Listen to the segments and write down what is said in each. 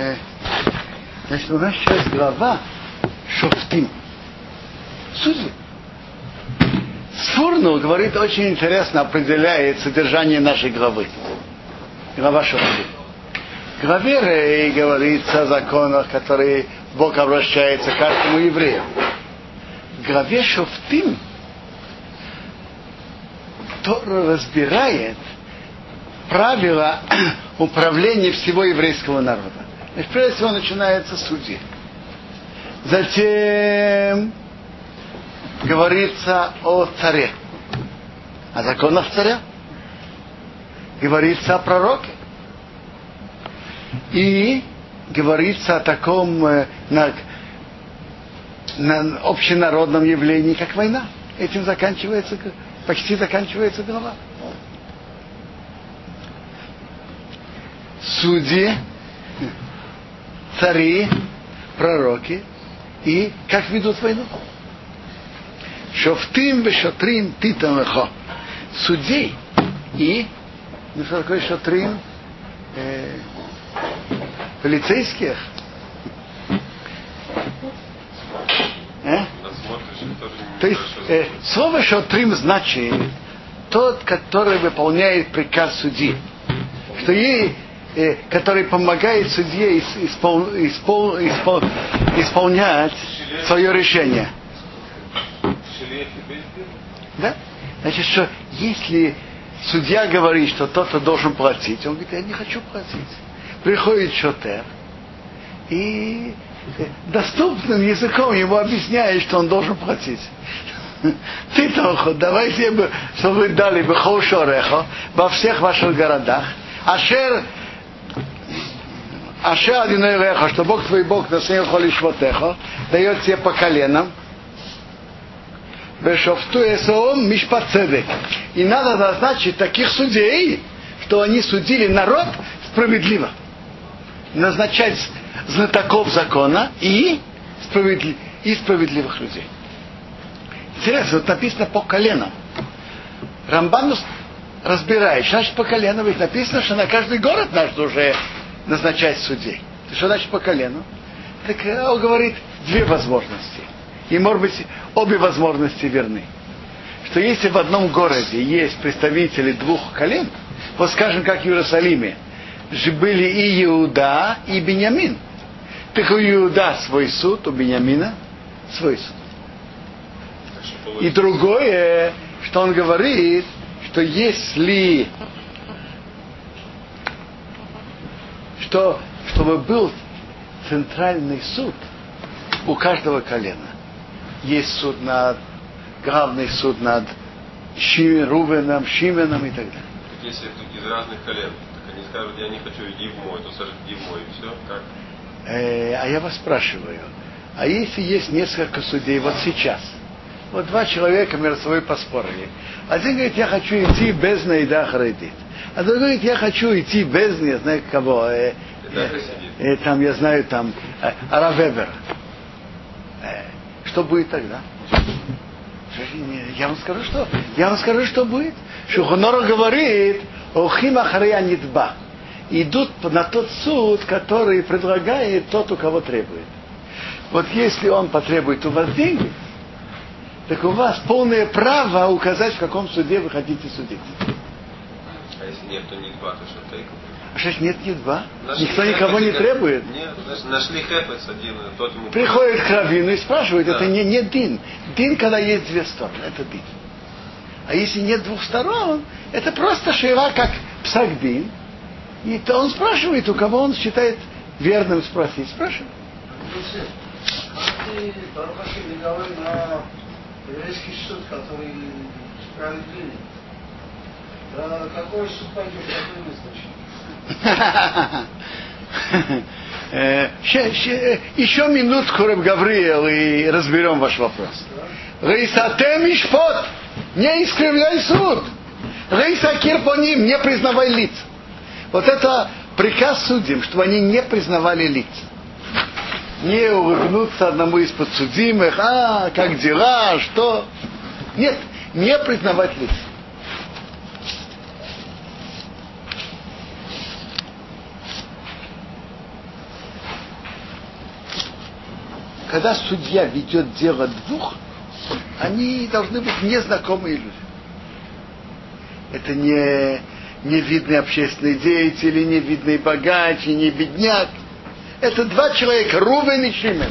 Значит, у нас сейчас глава Шофтим. Судьи. Сфурнул говорит, очень интересно определяет содержание нашей главы. Глава Шофтим. В главе Рей говорится о законах, которые Бог обращается к каждому еврею. В главе Шофтим Тора разбирает правила управления всего еврейского народа. Значит, прежде всего начинается судьи. Затем говорится о царе, о законах царя. Говорится о пророке. И говорится о таком на общенародном явлении, как война. Этим почти заканчивается глава. Судьи, цари, пророки и как ведут войну. Шофтим вешотрим титан лехо. Судей и, что такое шотрим? Полицейских. То есть слово шотрим значит тот, который выполняет приказ судьи. Что ей, который помогает судье исполнять свое решение. Да? Значит, что если судья говорит, что тот-то должен платить, он говорит, я не хочу платить. Приходит шотер и доступным языком ему объясняет, что он должен платить. Ты там, давайте, чтобы вы дали бы холшорехо во всех ваших городах. Ашер одиной рехо, что Бог твой Бог на своем холишвотехо дает тебе по коленам. Бешофту эсоом мишпацедек. И надо назначить таких судей, что они судили народ справедливо. Назначать знатоков закона и справедливых людей. Интересно, вот написано по коленам. Рамбан разбирает, что значит по коленам, ведь написано, что на каждый город надо уже назначать судей. Что значит по колену? Так он говорит две возможности. И, может быть, обе возможности верны. Что если в одном городе есть представители двух колен, вот скажем, как в Иерусалиме, же были и Иуда, и Беньямин. Так у Иуда свой суд, у Беньямина свой суд. И другое, что он говорит, что если чтобы был центральный суд у каждого колена. Есть суд главный суд над Рувеном, Шименом и так далее. Так если из разных колен, так они скажут, я не хочу, иди в мой, то скажут, иди в мой, и все, как? А я вас спрашиваю, а если есть несколько судей, вот сейчас, вот два человека между собой поспорили. Один говорит, я хочу идти без наида харедит. А другой говорит, я хочу идти без, я знаю кого, там, я знаю, там, Рав Вебер. Что будет тогда? Я вам скажу, что будет. Шулхан Арух говорит, охим ахарей нидба. Идут на тот суд, который предлагает тот, у кого требует. Вот если он потребует у вас деньги, так у вас полное право указать, в каком суде вы хотите судить. А если нет, то нидба, то что тейк? А что нет нидба? Никто никого не требует. Нет, нашли хэпэс один, тот ему... Приходит к раввину и спрашивает, да. Это не дин. Дин, когда есть две стороны, это дин. А если нет двух сторон, это просто шейра, как псак-дин. И то он спрашивает, у кого он считает верным спросить. Спрашивает. Ты, Барухаши, не говори на еврейский суд, который справедливый. Да какой суд пойдешь, какой вызначен? Еще минутку, Рав Гавриэл, и разберем ваш вопрос. Рейсатем ишпот, не искривляй суд. Рейсакир по ним, не признавай лиц. Вот это приказ судьям, чтобы они не признавали лиц. Не улыбнуться одному из подсудимых, как дела, что. Нет, не признавать лиц. когда судья ведет дело двух, они должны быть незнакомые люди. Это не видный общественный деятель, не видный богач, не бедняк. Это два человека, Рувен и Шимон.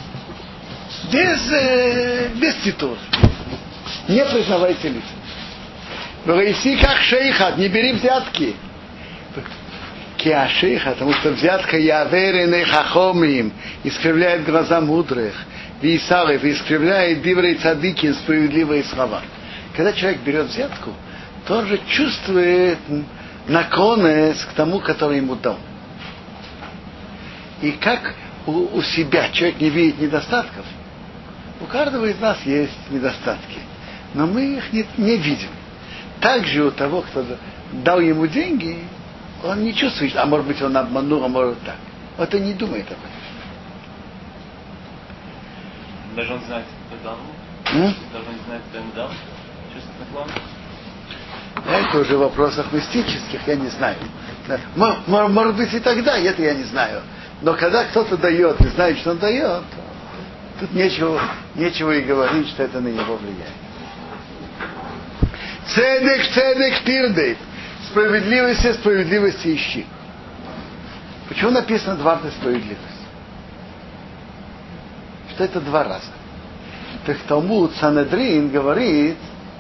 Без титула. Не признавайте лица. Вейси как шейхат, не бери взятки. Киашейхат, потому что взятка яверены хахомим, искривляет глаза мудрых, висалев, искривляет диврей цадыки, справедливые слова. Когда человек берет взятку, то он же чувствует наклонность к тому, который ему дал. И как у себя человек не видит недостатков, у каждого из нас есть недостатки, но мы их не видим. Также у того, кто дал ему деньги, он не чувствует, а может быть он обманул, а может так. Вот он не думает об этом. Даже он знает, кто дал ему? Даже он знает, кто ему дал? Чувствует наклон? Это уже в вопросах мистических, я не знаю. Может быть и тогда, это я не знаю. Но когда кто-то дает и знает, что он дает, тут нечего и говорить, что это на него влияет. Цедек тирдей. Справедливости ищи. Почему написано дважды справедливость? Что это два раза? Так Талмуд Санедрин говорит,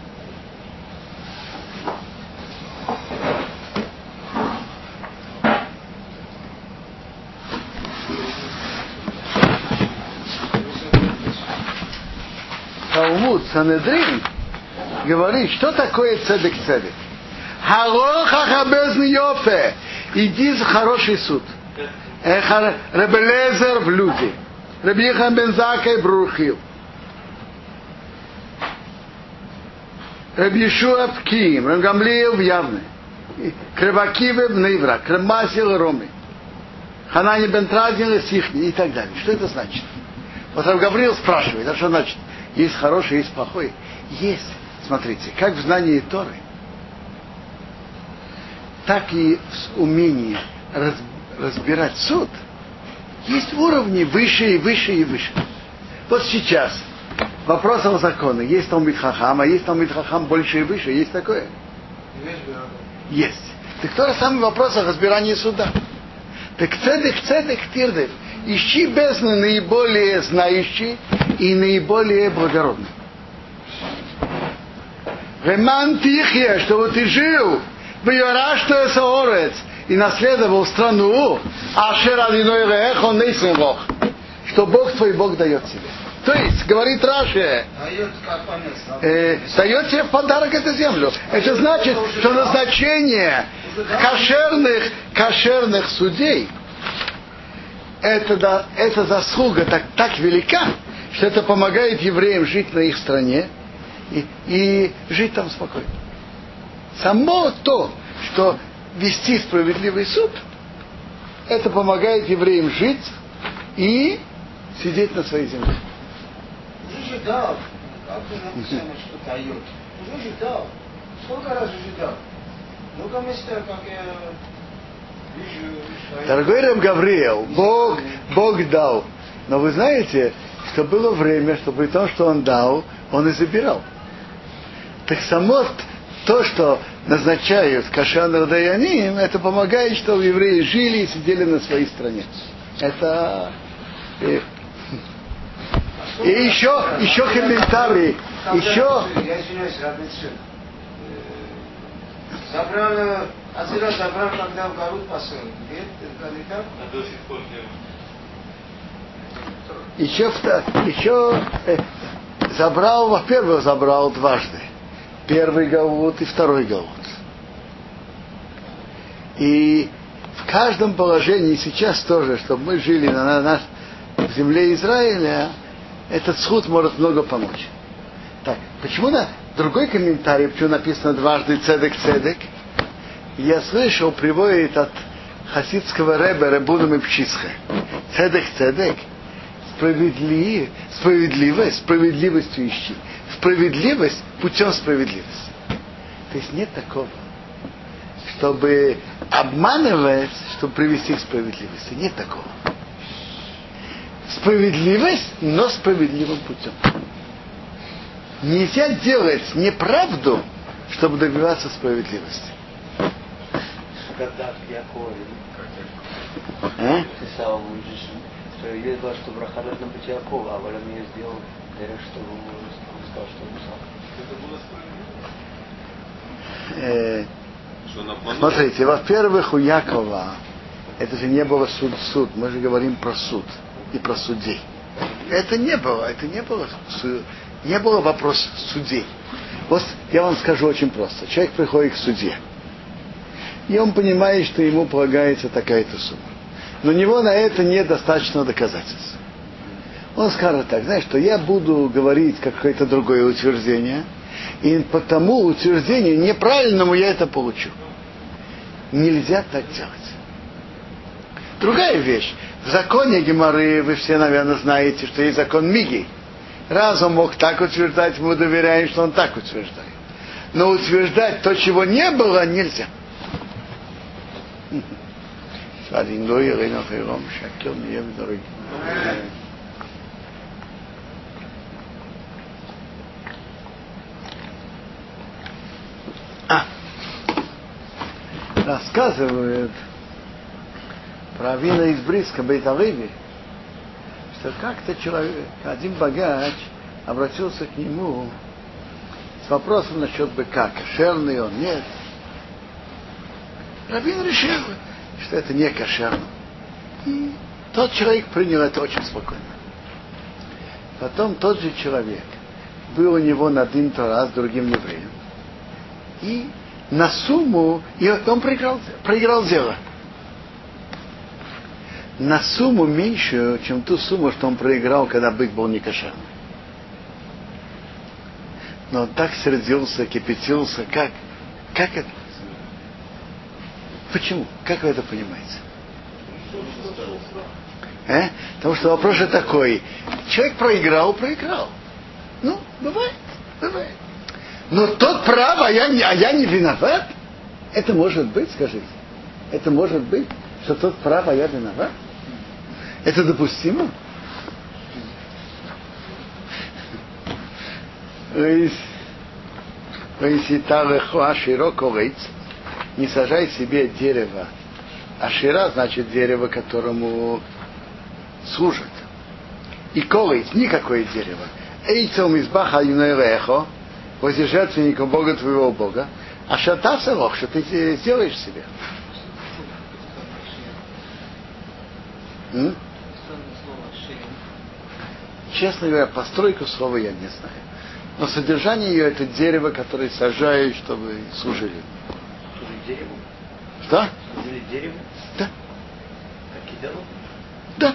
Талмуд Санедрин говорит, что такое цедек. Халоха безн йофе. Иди за хороший суд. Ребелезер в люди. Ребихан бен Закай брухил. Ребишуа в Киим. Рангамлиев в Явне. Кревакиве в Нейвра. Кремасил Роми. Ханани бен Традин и Сихни. И так далее. Что это значит? Вот Рав Гавриил спрашивает, а что значит? Есть хороший, есть плохой. Есть. Смотрите, как в знании Торы, так и в умении разбирать суд есть уровни выше и выше и выше. Вот сейчас вопрос о законе. Есть Талмид Хахам, а есть Талмид Хахам больше и выше. Есть такое? Есть. Так то же самый вопрос о разбирании суда. Так цедек тирдев. Ищи бездну наиболее знающий и наиболее благородный. Реман тихе, чтобы ты жил, выярашто саорец, и наследовал страну, ашер адиной рех, он нейсен Бог, что Бог твой Бог дает тебе. То есть, говорит Раши, дает тебе в подарок эту землю. Это значит, что назначение кошерных судей, эта заслуга так велика, что это помогает евреям жить на их стране и жить там спокойно. Само то, что вести справедливый суд, это помогает евреям жить и сидеть на своей земле. Уже же дал. Как бы написано, что дает. Уже же дал. Сколько раз уже дал? Много места, как я вижу. Дорогой Рав Гавриил, Бог дал. Но вы знаете, что было время, что при том, что Он дал, Он и забирал. Так само то, что назначают кошерных даяним, это помогает, чтобы евреи жили и сидели на своей стране. Это... И еще комментарий. Еще... Я извиняюсь, Рабицин. Забрал, Азира забрал, когда в гору посыл. Нет, это не так? А до сих пор нет. Еще забрал, во-первых, забрал дважды. Первый галут и второй галут. И в каждом положении сейчас тоже, чтобы мы жили в земле Израиля, этот суд может много помочь. Так, почему другой комментарий, почему написано дважды цедек? Я слышал, приводит от хасидского ребе Рабуна Мепчисха. Цедек. Справедливостью ищи. Справедливость путем справедливости. То есть нет такого, чтобы обманывать, чтобы привести к справедливости. Нет такого. справедливость, но справедливым путем. Нельзя делать неправду, чтобы добиваться справедливости. Когда Яков писал Муджиш, что есть два, что браха должна быть Якова, а Валям ее сделал, чтобы он сказал, что он сам. Смотрите, во-первых, у Якова это же не было суд. Мы же говорим про суд и про судей. Это не было вопрос судей. Вот я вам скажу очень просто. Человек приходит к суде, и он понимает, что ему полагается такая-то сумма. Но у него на это недостаточно доказательств. Он скажет так, знаешь, что я буду говорить какое-то другое утверждение, и по тому утверждению неправильному я это получу. Нельзя так делать. Другая вещь. В законе Гемары, вы все, наверное, знаете, что есть закон Миги. Раз он мог так утверждать, мы доверяем, что он так утверждает. Но утверждать то, чего не было, нельзя. Рассказывают про Авина из Бриска Бейт-Аливи, что как-то один богач обратился к нему с вопросом насчет быка, кошерный он, нет. Раввин решил, что это не кошерно. И тот человек принял это очень спокойно. Потом тот же человек был у него над ним Тора с другим евреем. И на сумму, и он проиграл дело. На сумму меньше, чем ту сумму, что он проиграл, когда бык был не кошерный. Но он так сердился, кипятился, как это? Почему? Как вы это понимаете? Потому что вопрос же такой. Человек проиграл. Ну, бывает. Но тот прав, а я не виноват? Это может быть, скажите? Это может быть, что тот прав, а я виноват? Это допустимо? Не сажай себе дерево. Ашира значит дерево, которому служат. И колец, никакое дерево. Эйцом избаха юнэрехо, возле жертвенника Бога твоего Бога, а шатасалох, что ты сделаешь себе. Честно говоря, постройку слова я не знаю. Но содержание ее это дерево, которое сажают, чтобы служили. Дерево? Что? Дерево? Да. Как идолу? Да.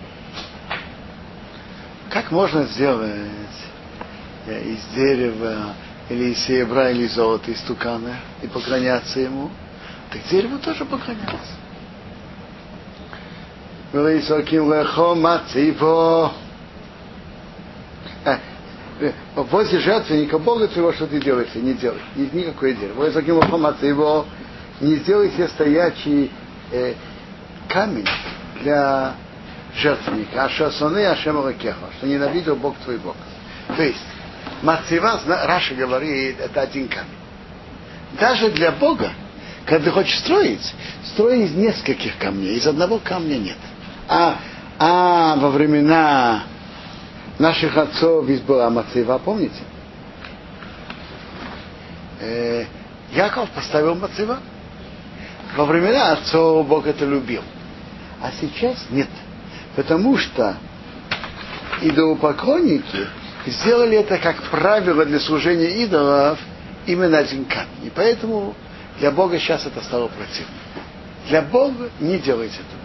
Как можно сделать из дерева или из серебра или золота, из тукана и поклоняться ему? Так дереву тоже поклоняться. Возле жертвенника Бога твоего, что ты делаешь, не делай. Никакое дерево. Его не сделайте стоячий камень для жертвенника. Ашасоны Ашем Элокеха, что ненавидел Бог твой Бог. То есть, Мацева, Раша говорит, это один камень. Даже для Бога, когда ты хочешь строить, строй из нескольких камней, из одного камня нет. А во времена наших отцов здесь была Мацева, помните? Яков поставил Мацева. Во времена отцов Бог это любил. А сейчас нет. Потому что идолопоклонники сделали это как правило для служения идолов именно один камень. И поэтому для Бога сейчас это стало противно. Для Бога не делайте этого.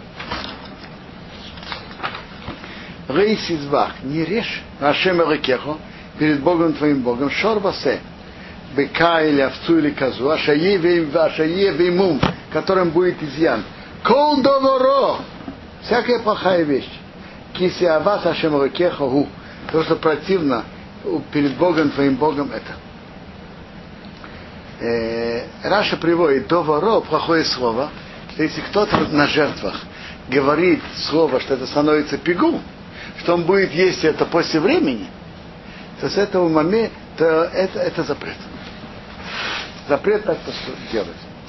Рейс избах, не режь Ашем Элокехо перед Богом твоим Богом, шорбасе, быка или овцу или козу, ашае веймум, которым будет изъян. Кол доворо, всякая плохая вещь. Киси авас Ашем Элокехо гу, то, что противно перед Богом твоим Богом, это. Раша приводит доворо, плохое слово, что если кто-то на жертвах говорит слово, что это становится пигу, что он будет есть это после времени, то с этого момента это запрет. Запрет так делать.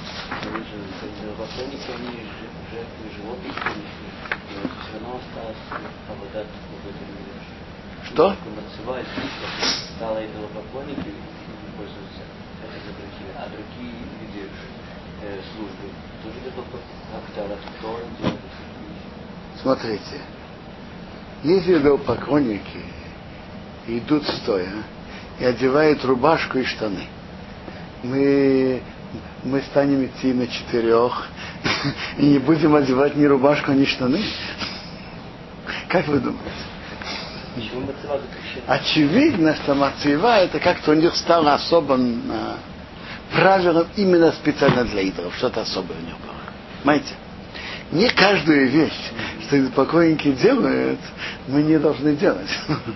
Что? Стало идолопоклонники пользуются этой запретили, а другие виды службы тоже идолопоклонники. Смотрите, если идолопоклонники идут стоя и одевают рубашку и штаны, мы станем идти на 4 и не будем одевать ни рубашку, ни штаны? Как вы думаете? Очевидно, что мацева это как-то у них стало особым правилом именно специально для идолов. Что-то особое у них было. Понимаете? Не каждую вещь, что покойники делают, мы не должны делать.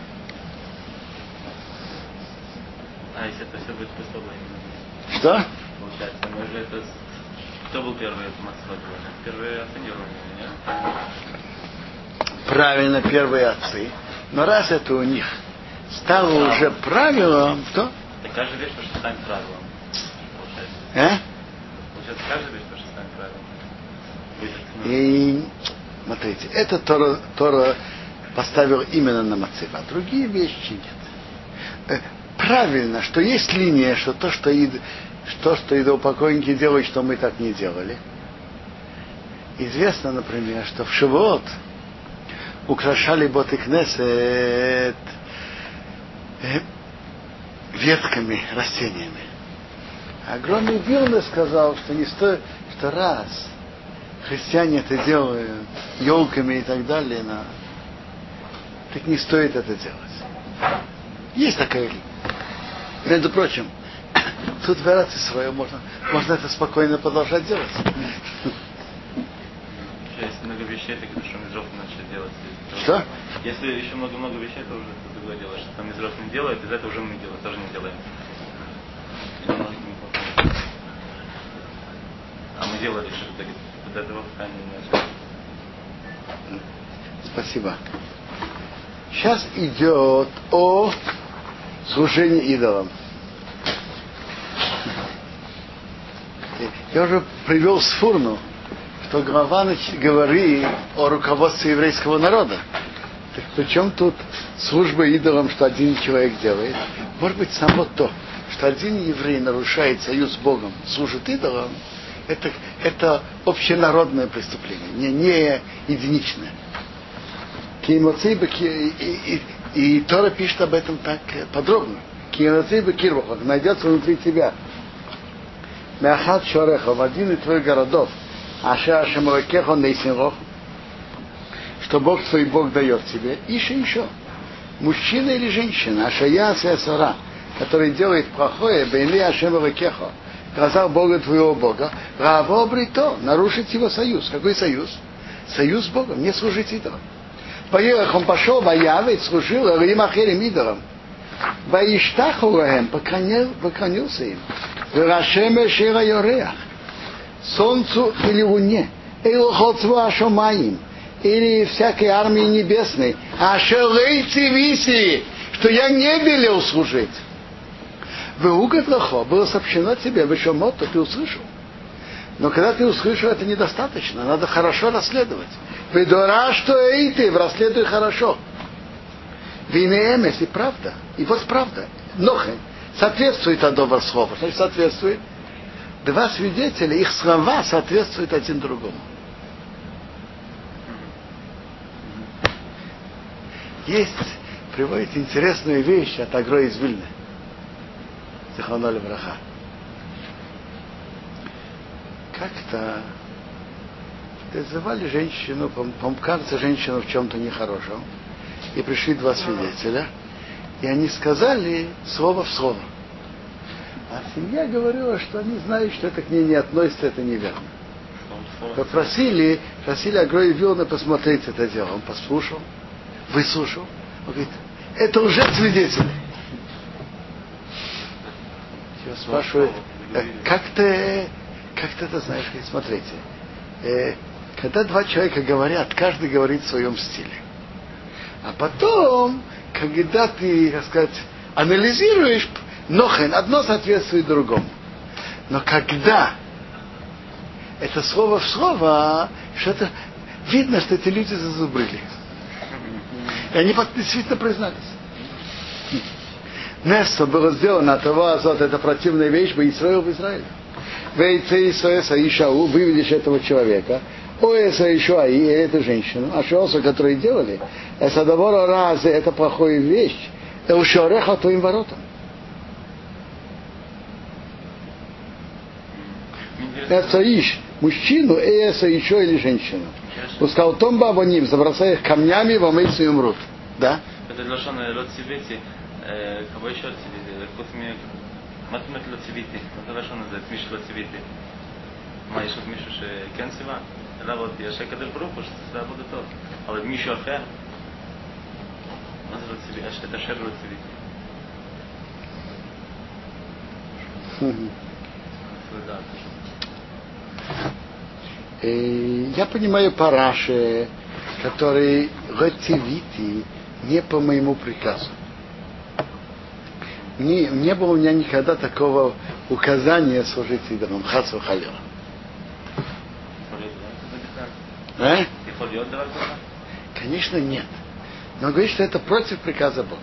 А если это все будет способно именно? Что? Получается, мы же это... Кто был первый мацева делали? Первые отцы делали, нет? Правильно, первые отцы. Но раз это у них стало уже правилом, то... Так каждая вещь тоже станет правилом. Получается. Получается, каждая вещь тоже станет правилом. И смотрите, это Тора поставил именно на мацева, а другие вещи нет. Правильно, что есть линия, что то, что идолопоклонники делают, что мы так не делали. Известно, например, что в Шивот украшали боты кнесет ветками, растениями. Огромный Вилна сказал, что не стоит, что раз христиане это делают елками и так далее, так не стоит это делать. Есть такая линия. Между прочим, тут в Эрец Исраэль можно это спокойно продолжать делать. Есть много вещей, так что Мизрох начали делать. Что? Если еще много вещей, то уже другое дело. Что там Мизрох не делает, из этого уже мы делаем, тоже не делаем. А мы делали еще до этого, пока не начали. Спасибо. Сейчас идет о служении идолам. Я уже привел Сфурну, что глава говорит о руководстве еврейского народа. Так причем тут служба идолам, что один человек делает? Может быть, само то, что один еврей нарушает союз с Богом, служит идолам, это общенародное преступление, не единичное. И Тора пишет об этом так подробно. Найдется внутри тебя. Мяхат Шореха, в один из твоих городов, Аша Ашамаракеха Нейсинрох, что Бог твой Бог дает тебе, еще. Мужчина или женщина, Ашая Сара, который делает плохое, Бейли Ашамаракеха, в глазах Бога твоего Бога, Раво Брито, нарушить его союз. Какой союз? Союз с Богом, не служить идолам. Поехал, он пошел, воявить, служил Рим Ахерем идолам. Ваиштахураем, поклонился им. Рашеме Шира Йореах, солнцу или луне, Элхоцву Ашомаим, или всякой армии небесной, Ашелейци Виси, что я не велел служить. В Угатлахо было сообщено тебе, в Шомот, то ты услышал. Но когда ты услышал, это недостаточно, надо хорошо расследовать. Ведора, что ты расследуй хорошо. Винеэмес и правда. И вот правда. Нохе соответствует одно слово. Значит, соответствует. Два свидетеля, их слова соответствуют один другому. Есть, приводит интересную вещь от Агро из Вильны. Зихроно левраха. Как-то призывали женщину, кажется, женщину в чем-то нехорошем. И пришли два свидетеля, и они сказали слово в слово. А семья говорила, что они знают, что это к ней не относится, это неверно. Попросили Агро и Вилна посмотреть это дело. Он послушал, выслушал. Он говорит, это уже свидетели. Я спрашиваю, как ты это знаешь? Говорит, смотрите, когда два человека говорят, каждый говорит в своем стиле. А потом, когда ты, так сказать, анализируешь, нохен, одно соответствует другому. Но когда это слово в слово, что-то видно, что эти люди зазубрили. И они действительно признались. Несто было сделано от того азот, это противная вещь, бы Исраил в Израиле. Вейцы Исоэса Ишау, выведешь этого человека, Оэса Ишуаи, эту женщину, а Шиосу, которые делали, Эсадавора Разы, это плохая вещь, Элшореха твоим воротам. Эса Иш, мужчину, Эса еще или женщину. Пускал том бабоним, забросая их камнями, в омейцу и умрут. Да? Это лошон лот сивити, кого еще сивити, косми матмет лот сивити, это лошон это смеш лот сивити. מה יש עוד מישהו שכן סיבה? אלא עוד יש הקדוש ברוך הוא שזה עבודתו. אבל מישהו אחר, מה זה לא ציווי? את אשר לא ציוויתי. Я понимаю по Раши, который лативити не по моему приказу. Не было у меня никогда такого указания служить идолам. Хасу халила. Конечно, нет. Но он говорит, что это против приказа Бога.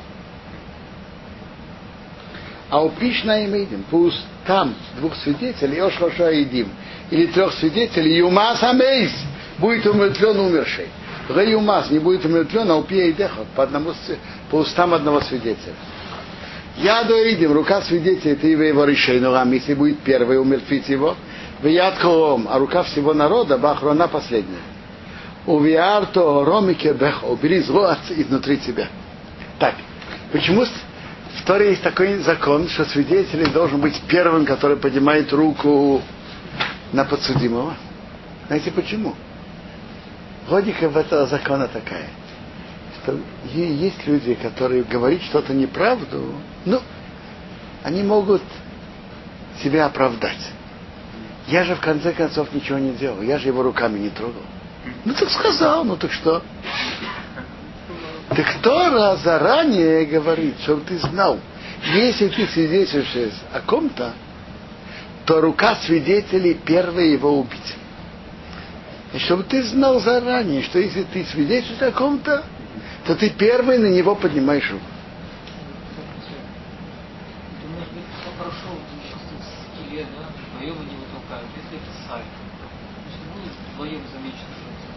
А у Пишна и Мейдим, пусть там 2 свидетелей, Ошхоша и Дим, или 3 свидетелей, Юмас Амейс, будет умертвлен умерший. Юмас не будет умертвлен, а упия и дехот, по устам одного свидетеля. Я доидим, рука свидетеля, это его решение, если будет первый умертвить его, в Ядкоом, а рука всего народа, Бахрона последняя. Увиарто ромике бех, убери зло изнутри тебя. Так, почему в Торе есть такой закон, что свидетель должен быть первым, который поднимает руку на подсудимого? Знаете почему? Логика этого закона такая, что есть люди, которые говорят что-то неправду, они могут себя оправдать. Я же в конце концов ничего не делал, я же его руками не трогал. Так сказал, так что? Так Тора заранее говорит, чтобы ты знал, если ты свидетельствуешь о ком-то, то рука свидетелей первая его убить. И чтобы ты знал заранее, что если ты свидетельствуешь о ком-то, то ты первый на него поднимаешь руку. Это может быть прошел в скеле, да, вдвоем они его толкают. Если это сайт, значит, будут вдвоем замечены.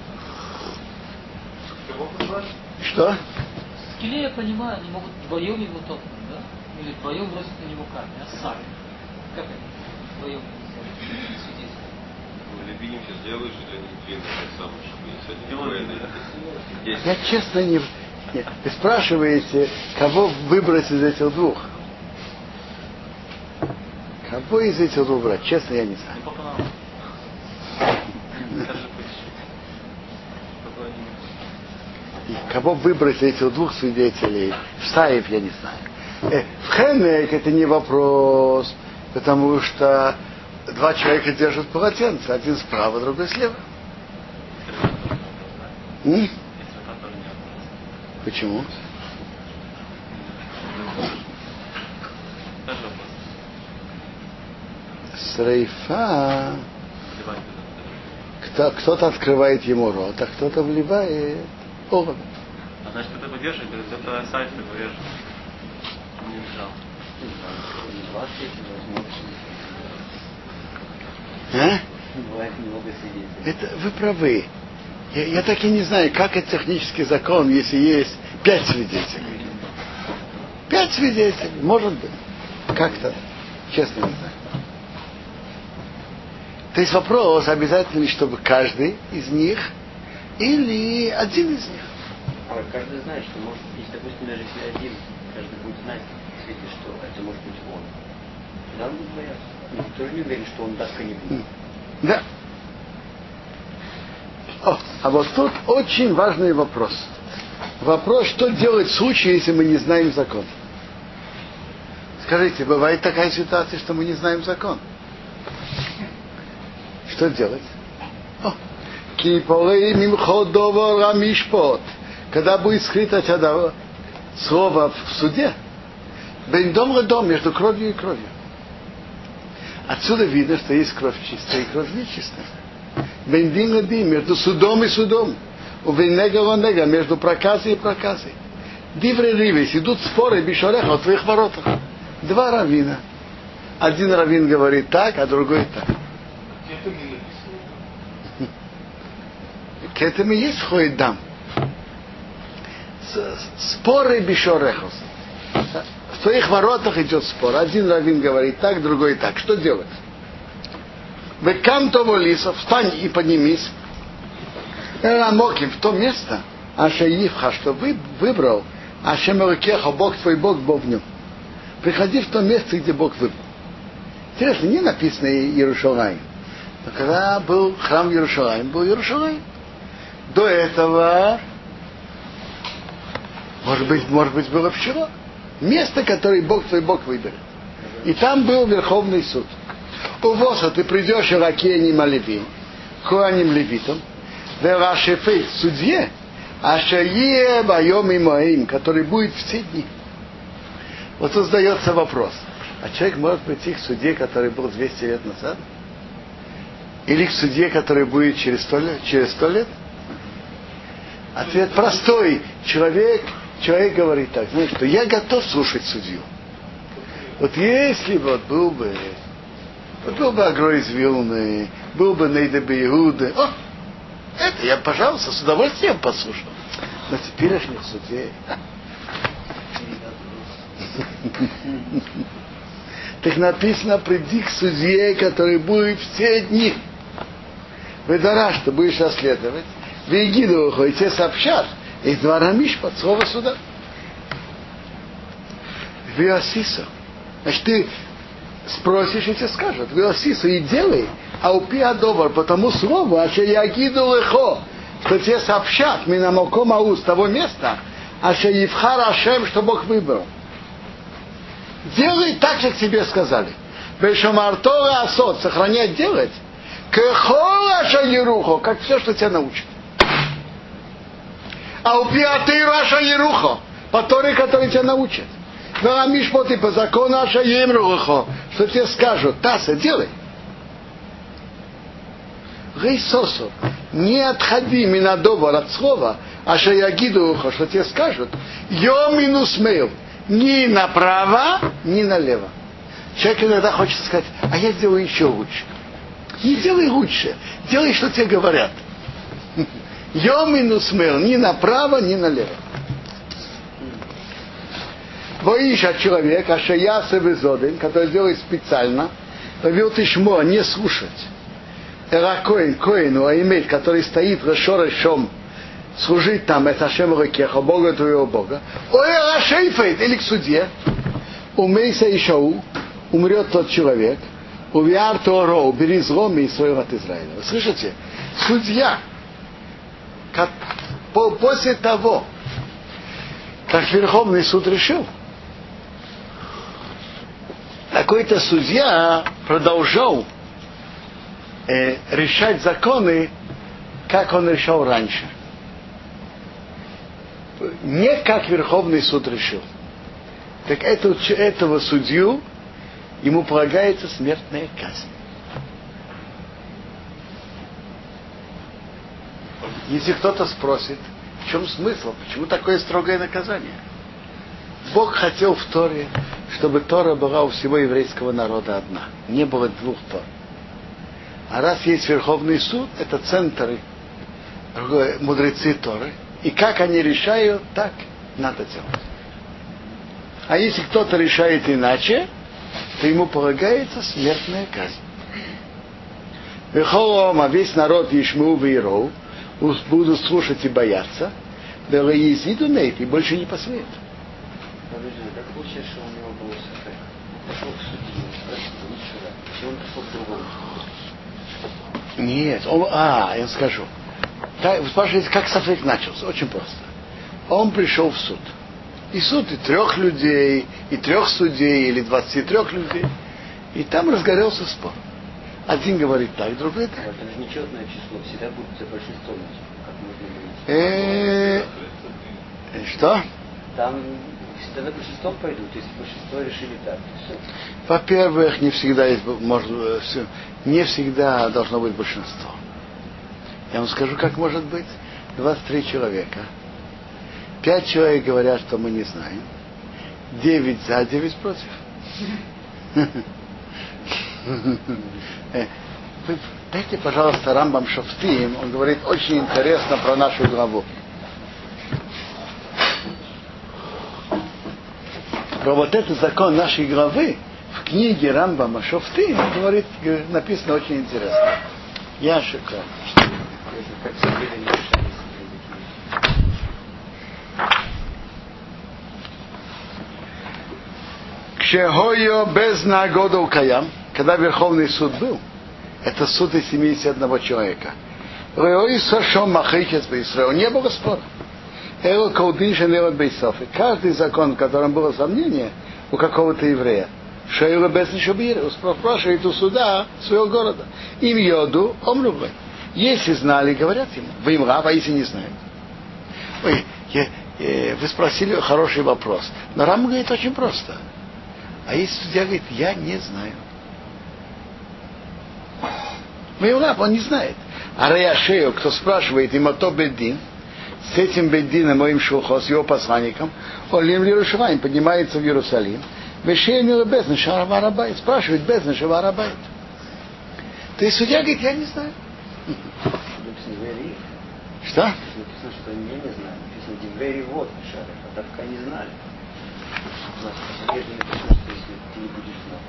Что? В скеле, я понимаю, они могут вдвоем его толкнуть, да? Или вдвоем бросить на него камень, а сайт. Как они вдвоем сделают свидетели? Лебединки сделаешь для них длинный самый, чтобы не садить. Я честно не... Вы спрашиваете, кого выбрать из этих 2? Кого из этих 2 брать? Честно, я не знаю. Кого выбрать из этих 2 свидетелей? В Саев я не знаю. В Хенек это не вопрос, потому что 2 человека держат полотенце, один справа, другой слева. Почему? Срейфа. Кто-то открывает ему рот, а кто-то вливает овод. А значит, это выдерживает, это сайт выдерживает. Он не лежал. Бывает много свидетелей. Это вы правы. Я так и не знаю, как это технический закон, если есть 5 свидетелей. 5 свидетелей, может быть. Как-то, честно не знаю. То есть вопрос, обязательно ли, чтобы каждый из них или один из них. А каждый знает, что может, если, допустим, даже если один, каждый будет знать, что это может быть он. Тогда он будет бояться. Никто же не уверен, что он даст кого-нибудь. Да. А вот тут очень важный вопрос. Вопрос, что делать в случае, если мы не знаем закон. Скажите, бывает такая ситуация, что мы не знаем закон? Что делать? когда будет скрыто слово в суде, бен дом дом между кровью и кровью. Отсюда видно, что есть кровь чистая и кровь нечистая. Бен дин между судом и судом. У венега между проказой и проказой. Дивре ривис, идут споры бишореха о твоих воротах. Два раввина. Один раввин говорит так, а другой так. К этому есть хоидам. Споры бишорехос. В твоих воротах идет спор. Один раввин говорит так, другой так. Что делать? Векам того лиса, встань и поднимись. Рамоким в то место, Ашаивха, что выбрал, Ашемарукеха, Бог твой Бог, Бог в нем. Приходи в то место, где Бог выбрал. Интересно, не написано Иерушалаим. Но когда был храм Иерушалаим, был Иерушалаим. До этого, может быть, было вчера. Место, которое Бог твой Бог выберет. И там был Верховный суд. У Воса ты придешь Иракеним Алевим, Хуаним Левитом, Верашефей, судье, Ашае Байом и Моим, который будет все дни. Вот тут задается вопрос. А человек может прийти к судье, который был 200 лет назад? Или к судье, который будет через 100 лет? Ответ простой. Человек говорит так, знаешь, что я готов слушать судью. Вот если вот был бы Агро из Вилны, был бы Нейда Бейгуды, это я, пожалуйста, с удовольствием послушал. Но теперешних судей. Так написано, приди к судье, который будет все дни. Выдара, что будешь расследовать. Вегиду и тебе сообщат из двора Мишпат, слова суда. Виосиса. Значит, ты спросишь, и тебе скажут. Виосиса, и делай. А упи адобар, по тому слову, а я гиду лехо, что тебе сообщат минамоком ау с того места, а евхар Ашем, что Бог выбрал. Делай так, как тебе сказали. Бешамартора асот, сохранять делать. Кехола шаерухо, как все, что тебя научат. А упиаты раша ерухо, по Торе, который тебя научат. Варамишпот и по закону аша емрухо, что тебе скажут, Таса, делай. Гейсосо, не отходи минадобар от слова, аша ягидухо, что тебе скажут, йоминус мейл, ни направо, ни налево. Человек иногда хочет сказать, а я сделаю еще лучше. Не делай лучше, делай, что тебе говорят. Йоминус мейл, ни направо, ни налево. Боишься человек, аша ясев изодин, который делает специально, повел тишмо, не слушать. Эракоин, коину, аимель, который стоит в решом, служить там, это Ашем Ракеха, Бога твоего Бога. Ой, Рашейфейт, или к судье. Умейся Ишау, умрет тот человек. Увиар Торо, убери злом и своего от Израиля. Вы слышите? Судья, после того, как Верховный суд решил, какой-то судья продолжал решать законы, как он решал раньше. Не как Верховный суд решил. Так этого судью ему полагается смертная казнь. Если кто-то спросит, в чем смысл, почему такое строгое наказание? Бог хотел в Торе, чтобы Тора была у всего еврейского народа одна. Не было двух Тор. А раз есть Верховный суд, это центр мудрецы Торы. И как они решают, так надо делать. А если кто-то решает иначе, то ему полагается смертная казнь. Вехолом, а весь народ Ишму Вейроу будут слушать и бояться, да Лаизиду Нейт, и больше не посмеют. Так получается, что у него был сафек. Он пошел к судье, спросил, и он пошел к другому. Нет, я скажу. Вы спрашиваете, как сафек начался? Очень просто. Он пришел в суд. И суд и 3 людей, и 3 судей, или 23 людей. И там разгорелся спор. Один говорит так, другой так. Это же нечетное число, всегда будет за большинством, как можно говорить. Что? Там всегда большинством пойдут, если большинство решили так. Все. Во-первых, не всегда есть, не всегда должно быть большинство. Я вам скажу, как может быть. 23 человека. 5 человек говорят, что мы не знаем. 9 за, 9 против. Вы дайте, пожалуйста, Рамбам Шофтим. Он говорит очень интересно про нашу главу. Про вот этот закон нашей главы в книге Рамбама Шофтим говорит, написано очень интересно. Я шикарно. Как забыли, не решались. Кшехойо без нагода укаям, когда Верховный суд был, это суд из 71 человека. Не было спора. Каждый закон, в котором было сомнение у какого-то еврея, Шейла без ничего спрашивает у суда своего города. Им йоду, омрубы. Если знали, говорят ему. Вы им раб, а если не знают. Ой, вы спросили хороший вопрос. Но Рам говорит очень просто. А если судья говорит, я не знаю. Мы им раб, он не знает. А Раяшею, кто спрашивает им, то беддин, с этим беддином, моим шулхо, с его посланником, он лим Иерусалим, поднимается в Иерусалим, вешейну бездна шарабарабайт, спрашивает бездна шарабарабайт. То есть судья говорит, я не знаю. Что? Написано, что они не знали. Написано, дивери вот шары, а так пока не знали. Значит, теперь не написано, что если ты не будешь знать.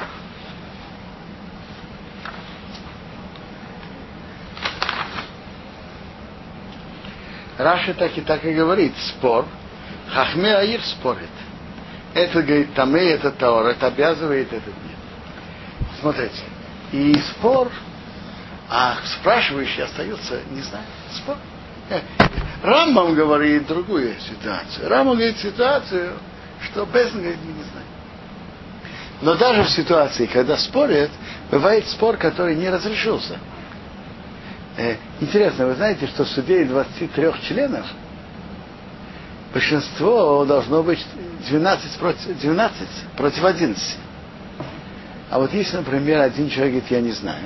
Раши так и говорит, спор. Хахме Аир спорит. Это, говорит, Тамей, это Таор, это обязывает, этот нет. Смотрите. И спор, а спрашивающий остается, не знаю, спор. Рамбам говорит другую ситуацию. Рамбам говорит ситуацию, что Безн говорит, мы не знаем. Но даже в ситуации, когда спорят, бывает спор, который не разрешился. Интересно, вы знаете, что в суде 23 членов большинство должно быть 12 против 11. А вот если, например, один человек говорит, я не знаю,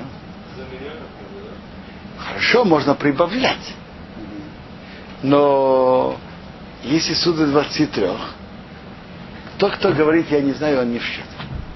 хорошо, можно прибавлять. Но если суд из 23, тот, кто говорит, я не знаю, он не в счет.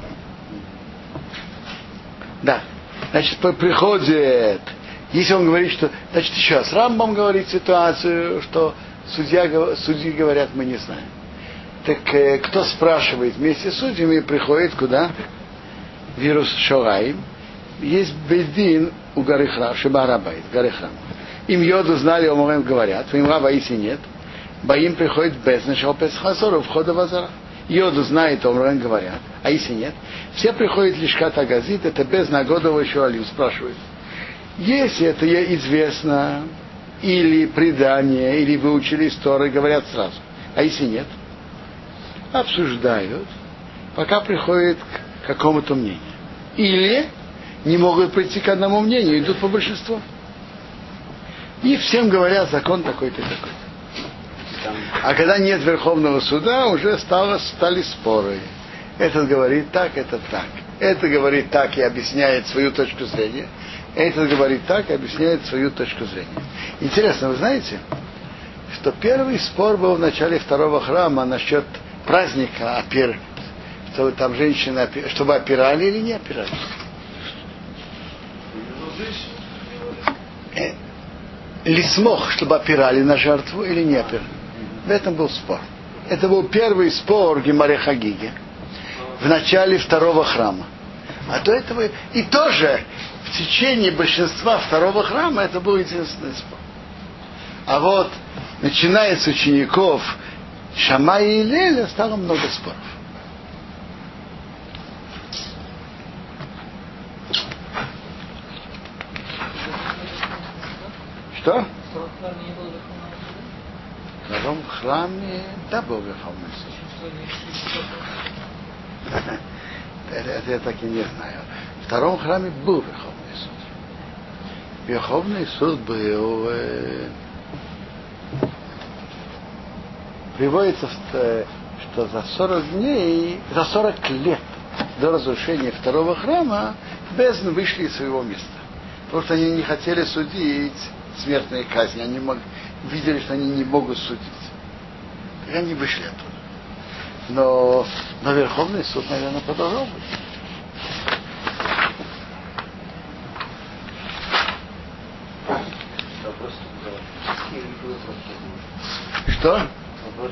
Да. Значит, приходит, если он говорит, что... Значит, еще раз, Рамбам говорит ситуацию, что судьи говорят, мы не знаем. Так кто спрашивает вместе с судьями, приходит куда? В Иерусалим. Есть бейдин у горы Храм, Шебарабайт, горы Храм. Им йоду знали, оморем говорят, им раба, если нет, боим приходит без нашего Песхазора, входа в Азара. Йоду знает, оморем говорят, а если нет, все приходят лишь Катагазит, это без нагодового еще Алим, спрашивают. Если это известно, или предание, или выучили историю, говорят сразу. А если нет, обсуждают, пока приходит к какому-то мнению. Или не могут прийти к одному мнению, идут по большинству. И всем говорят, закон такой-то и такой-то. А когда нет Верховного суда, уже стали споры. Этот говорит так, это так. Это говорит так и объясняет свою точку зрения. Этот говорит так и объясняет свою точку зрения. Интересно, вы знаете, что первый спор был в начале второго храма насчет праздника, чтобы там женщины, чтобы опирали или не опирали. Лисмох, чтобы опирали на жертву или не опирали. В этом был спор. Это был первый спор Гемаре Хагиге в начале второго храма. А до этого и тоже в течение большинства второго храма это был единственный спор. А вот начиная с учеников Шамая и Леля стало много споров. Что? В втором храме, да, был Верховный суд. Это я так и не знаю. В втором храме был Верховный суд. Верховный суд был Приводится, что за 40 дней, за 40 лет до разрушения второго храма бездны вышли из своего места. Потому что они не хотели судить смертные казни. Они видели, что они не могут судить. И они вышли оттуда. Но Верховный суд, наверное, продолжал быть. Что? Вопрос,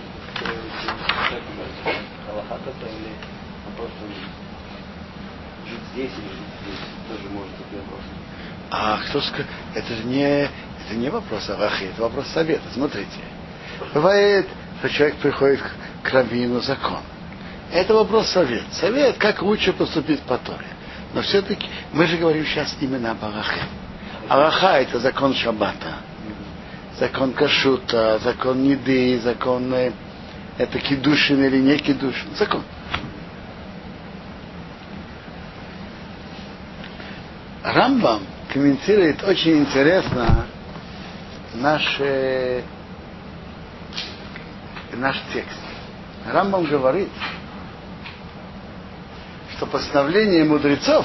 Аллаха это или вопрос, жить здесь или жить здесь, тоже может быть вопрос. А кто скажет? Это не вопрос Аллахи, это вопрос совета. Смотрите. Бывает, что человек приходит к раввину закон. Это вопрос совет. Совет, как лучше поступить по Торе. Но все-таки мы же говорим сейчас именно об Аллахе. Аллаха это закон шаббата. Закон кашута, закон еды, закон это кидушин или не кидушин. Закон. Рамбам комментирует очень интересно наш текст. Рамбам говорит, что постановление мудрецов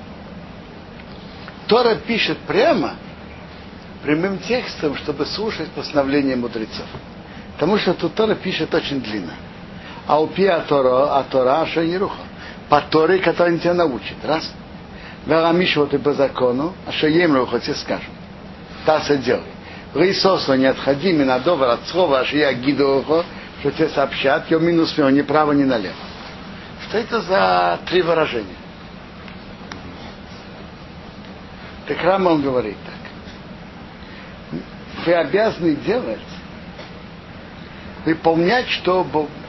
Тора пишет прямым текстом, чтобы слушать постановление мудрецов. Потому что тут Тора пишет очень длинно. А упи Тора Шаируха. По Торе, который тебя научит. Раз. Варамиш вот и по закону, а Шаемру хоть и скажут. Таса делай. Рейсосу не отходи, минадовар от слова, а Шия Гидоухо, что тебе сообщат, я минус ни право, ни налево. Что это за 3 выражения? Так Рамбам говорит так. Вы обязаны делать, выполнять, что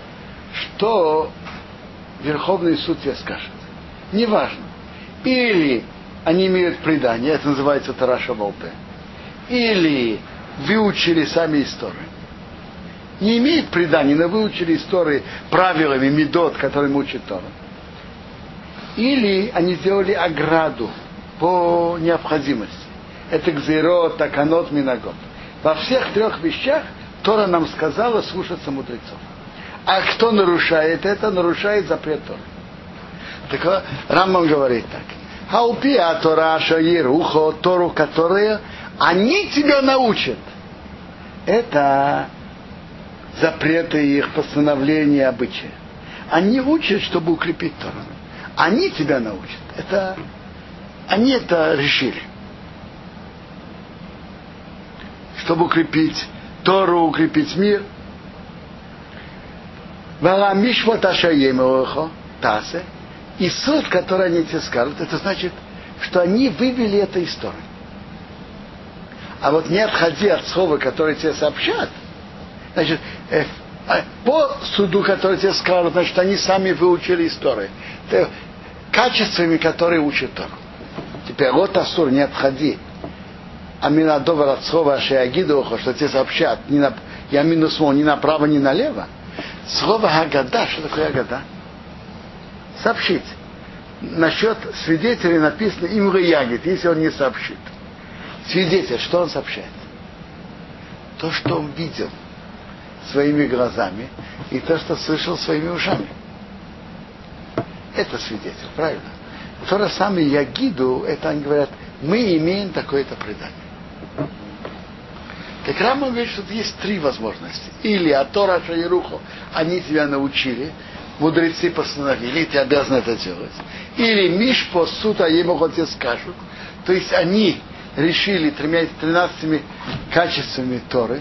Верховный суд тебе скажет. Неважно. Или они имеют предание, это называется Тараша Волпе, или выучили сами истории. Не имеют предания, но выучили истории правилами Медот, которым учит Тора. Или они сделали ограду по необходимости. Это Гзейрот, Таканот, Минагот. Во всех 3 вещах Тора нам сказала слушаться мудрецов. А кто нарушает это, нарушает запрет Торы. Так Рамбам говорит так. Хаупия Тора Шаирухо, Тору, которые они тебя научат. Это запреты их, постановления, обычаи. Они учат, чтобы укрепить Тору. Они тебя научат. Они это решили. Чтобы укрепить Тору, укрепить мир. И суд, который они тебе скажут, это значит, что они вывели это из Торы. А вот не отходи от слова, которое тебе сообщат, значит, по суду, который тебе скажут, значит, они сами выучили из Торы. Это качествами, которые учат Тору. Теперь вот Асур, не отходи. Аминадовар от слова Ашиагидуха, что тебе сообщат, я минус мол, ни направо, ни налево. Слово Агада, что такое Агада? Сообщить. Насчет свидетелей написано Имры Ягид, если он не сообщит. Свидетель, что он сообщает? То, что он видел своими глазами, и то, что слышал своими ушами. Это свидетель, правильно? То же самое Ягиду, это они говорят, мы имеем такое-то предание. Так Рамбам говорит, что есть 3 возможности. Или Атора Шаируху, они тебя научили, мудрецы постановили, и ты обязан это делать. Или Мишпо Сута ему хоть и скажут, то есть они решили 13 качествами Торы,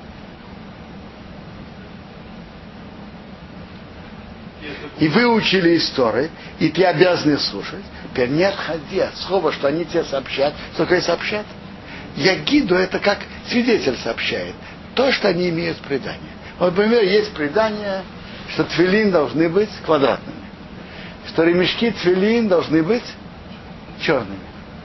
и выучили из Торы, и ты обязан их слушать. Теперь не отходи от слова, что они тебе сообщат, что такое сообщат. Ягиду это как свидетель сообщает. То, что они имеют предание. Вот, например, есть предание, что тфилин должны быть квадратными. Что ремешки тфилин должны быть черными.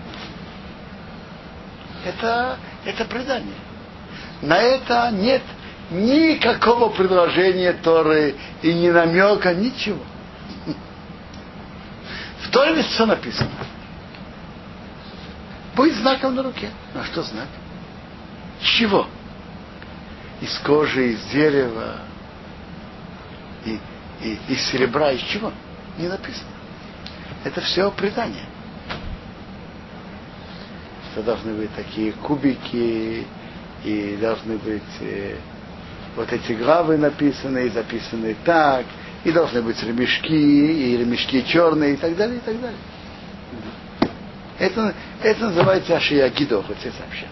Это предание. На это нет никакого предложения Торы и ни намека, ничего. В Торе все написано. Будет знаком на руке. А что знак? Из чего? Из кожи, из дерева. из серебра, из чего? Не написано. Это все предание. Что должны быть такие кубики, и должны быть вот эти главы написаны, и записаны так, и должны быть ремешки, и ремешки черные, и так далее, и так далее. Это называется Ашиягидо, вот все сообщения.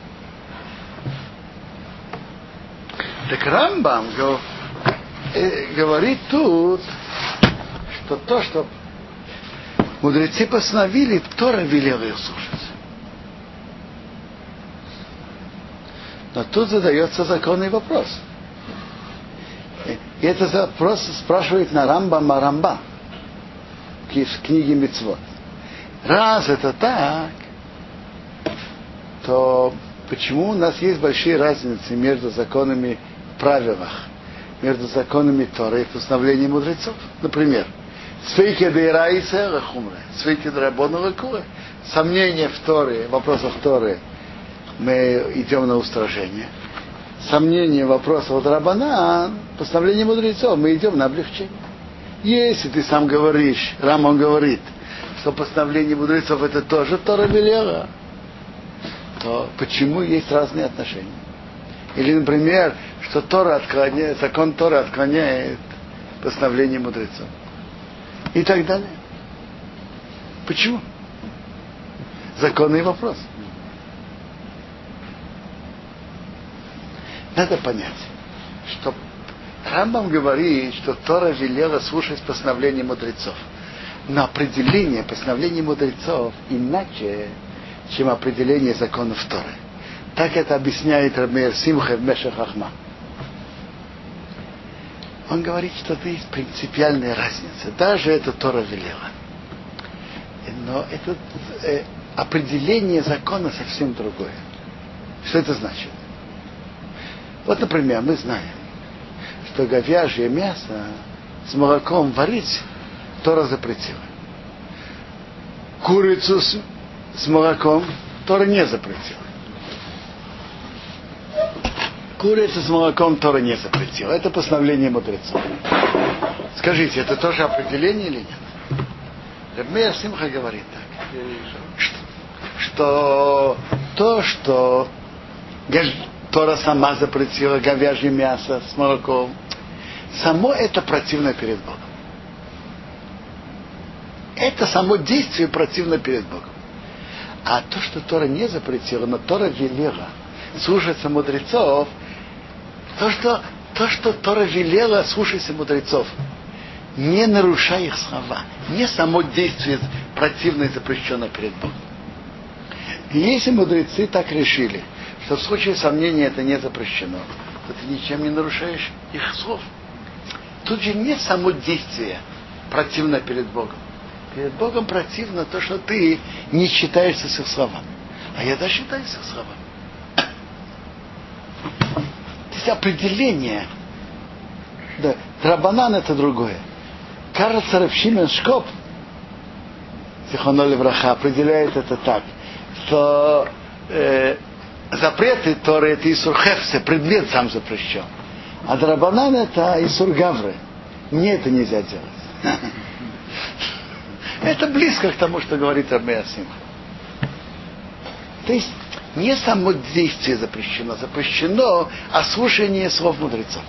Так Рамбам говорит тут, что то, что мудрецы постановили, Тора велела их слушать. Но тут задается законный вопрос. И этот вопрос спрашивает на Рамбама Рамбам в книге Мицвот. Раз это так, то почему у нас есть большие разницы между законами в правилах, между законами Торы и постановлением мудрецов? Например, Свейки дейрайса лахумра, свейки драбона лакура. Сомнения в Торе, вопросах Торы, мы идем на устражение. Сомнения в вопросах драбана, постановление мудрецов, мы идем на облегчение. Если ты сам говоришь, Рамбам говорит, что постановление мудрецов это тоже Тора велела, то почему есть разные отношения? Или, например, что Тора отклоняет, закон Торы отклоняет постановление мудрецов. И так далее. Почему? Законный вопрос. Надо понять, что Рамбам говорит, что Тора велела слушать постановление мудрецов. Но определение постановления мудрецов иначе, чем определение законов Торы. Так это объясняет Рабмеир Симха в Мешах Ахма. Он говорит, что это есть принципиальная разница. Даже это Тора велела. Но это определение закона совсем другое. Что это значит? Вот, например, мы знаем, что говяжье мясо с молоком варить Тора запретила. Курицу с молоком Тора не запретила. Курицу с молоком Тора не запретила. Это постановление мудрецов. Скажите, это тоже определение или нет? Рабмеир Симха говорит так, что то, что Тора сама запретила говяжье мясо с молоком, само это противно перед Богом. Это само действие противно перед Богом. А то, что Тора не запретила, но Тора велела слушаться мудрецов, то, что Тора велела слушаться мудрецов, не нарушая их слова, не само действие противное и запрещенное перед Богом. И если мудрецы так решили, что в случае сомнения это не запрещено, то ты ничем не нарушаешь их слов. Тут же не само действие противно перед Богом. Перед Богом противно то, что ты не считаешься с их словами. А я считаюсь с их словами. То есть определение. Да, Рабанан это другое. Кажется, Рав Шимон Шкоп, Зихоно левраха, определяет это так, что запреты Торы это Исур Хефсе, предмет сам запрещен. А Драбанан это Исур Гавры. Мне это нельзя делать. Это близко к тому, что говорит Рабмеир Симха. То есть не само действие запрещено, запрещено ослушание слов мудрецов.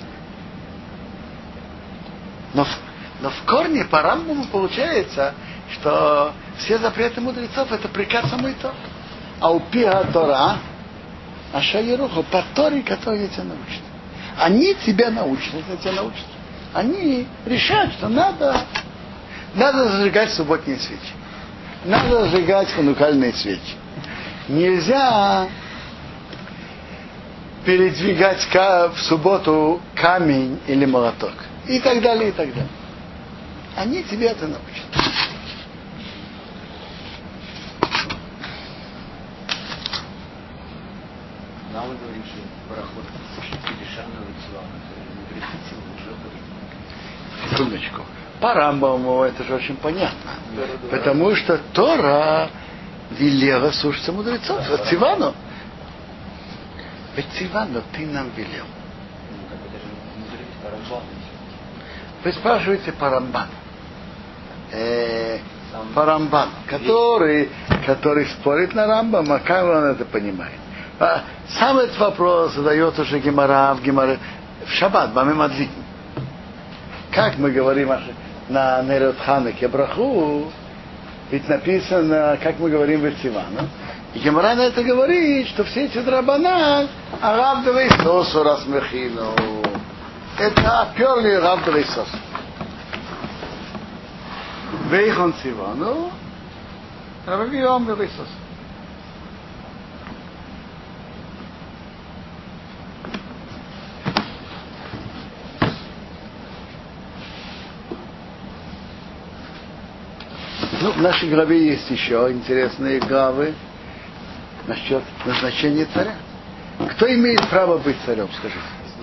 Но в корне по Рамбаму получается, что все запреты мудрецов это приказ самой Торы. А у Пиа Тора, а Шайеруху по Торе, которые тебя научат. Они тебя научат. Они решают, что надо зажигать субботние свечи. Надо зажигать ханукальные свечи. Нельзя передвигать в субботу камень или молоток. И так далее, и так далее. Они тебе это научат. Нам мы говорим, что пароход Кидишана уже Секундочку. По Рамбаму это же очень понятно. Потому что Тора велела слушаться мудрецов. Вот Цивану. Ведь Цивану ты нам велел. Вы спрашиваете по Рамбану. По Рамбану, который спорит на Рамбам, а как он это понимает? Сам этот вопрос задает уже Гемара в Шаббат, Баме Мадлик. Как мы говорим на Нерет Хануке браху, ведь написано, как мы говорим в Ивана. И Гемара на это говорит, что все эти драбанан, арабдовый сосу расмехину. Это перли арабдовый сос. Вейхон Сивану, Равиом Вейсос. В нашей главе есть еще интересные главы насчет назначения царя. Кто имеет право быть царем, скажите?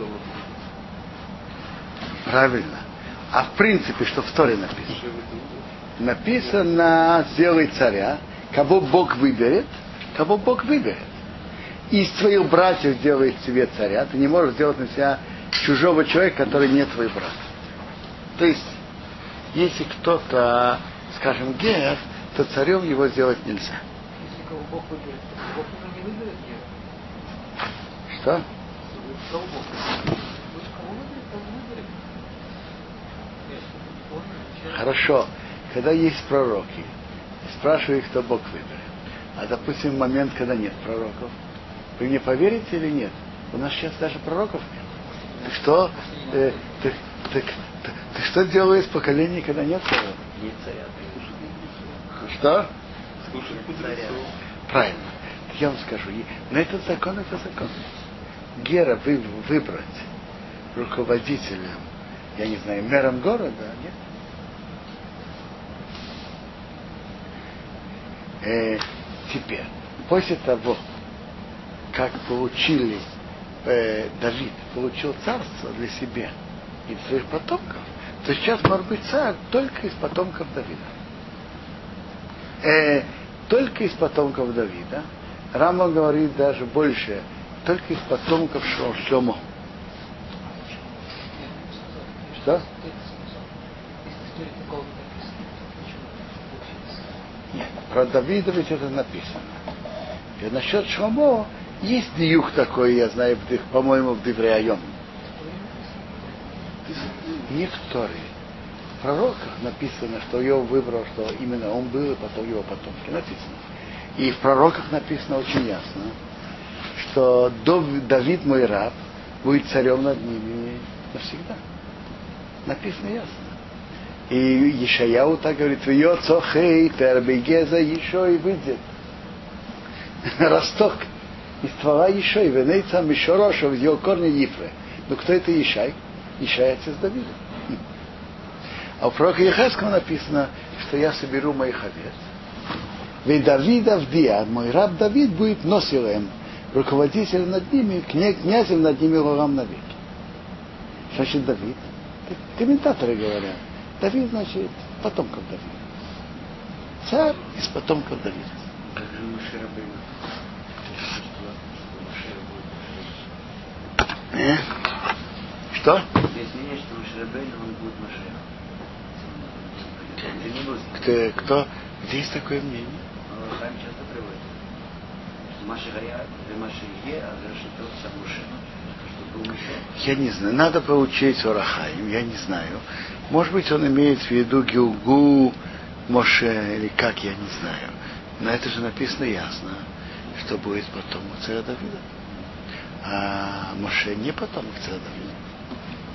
Правильно. А в принципе, что в Торе написано? Написано, сделай царя, кого Бог выберет, кого Бог выберет. И из твоих братьев сделает себе царя. Ты не можешь сделать на себя чужого человека, который не твой брат. То есть, если кто-то, скажем, гер, то царем его сделать нельзя. Если кого Бог выберет, то Бог уже не выберет гера. Что? Кого Бог выберет? Кого выберет, того выберет. Хорошо. Когда есть пророки, спрашиваю, кто Бог выберет. А допустим, момент, когда нет пророков. Вы мне поверите или нет? У нас сейчас даже пророков нет. Ты что? Ты что делаешь в поколении, когда нет пророков? Нет царя. Что? Слушать мудрецов. Правильно. Я вам скажу. Но этот закон, это закон. Гера выбрать руководителем, я не знаю, мэром города, нет? Теперь, после того, как Давид получил царство для себя и для своих потомков, то сейчас может быть царь только из потомков Давида. Только из потомков Давида. Рамбам говорит даже больше, только из потомков Шломо. Что? Нет, про Давида ведь это написано. И насчет Шломо есть диюх такой, я знаю, по-моему, в Девреайон. Некоторые в пророках написано, что его выбрал, что именно он был, и потом его потомки. Написано. И в пророках написано очень ясно, что Давид, мой раб, будет царем над ними навсегда. Написано ясно. И Ешаяу так говорит, тербегеза еще и выйдет. Росток из ствола еще и венейца мишороша в его корне Ефре. Ну кто это Ешай? Ешай отец Давида. А у пророка Ехеского написано, что я соберу моих овец. Ведь Давид Авдия, мой раб Давид будет носилем, руководителем над ними, князем над ними лорам навеки. Что значит Давид? Комментаторы говорят, Давид значит потомков Давида. Царь из потомков Давида. Как же Моше Рабейну? Что? Есть мнение, что Моше Рабейну, он будет Машех. Кто? Где есть такое мнение? Хайм часто приводит. Маша Гая, где Маша Е, а за что сам Моше. Что был Моше. Я не знаю. Надо поучить Орахаим, я не знаю. Может быть, он имеет в виду Гилгу, Моше, или как, я не знаю. Но это же написано ясно, что будет потомок царя Давида. А Моше не потомок царя Давида.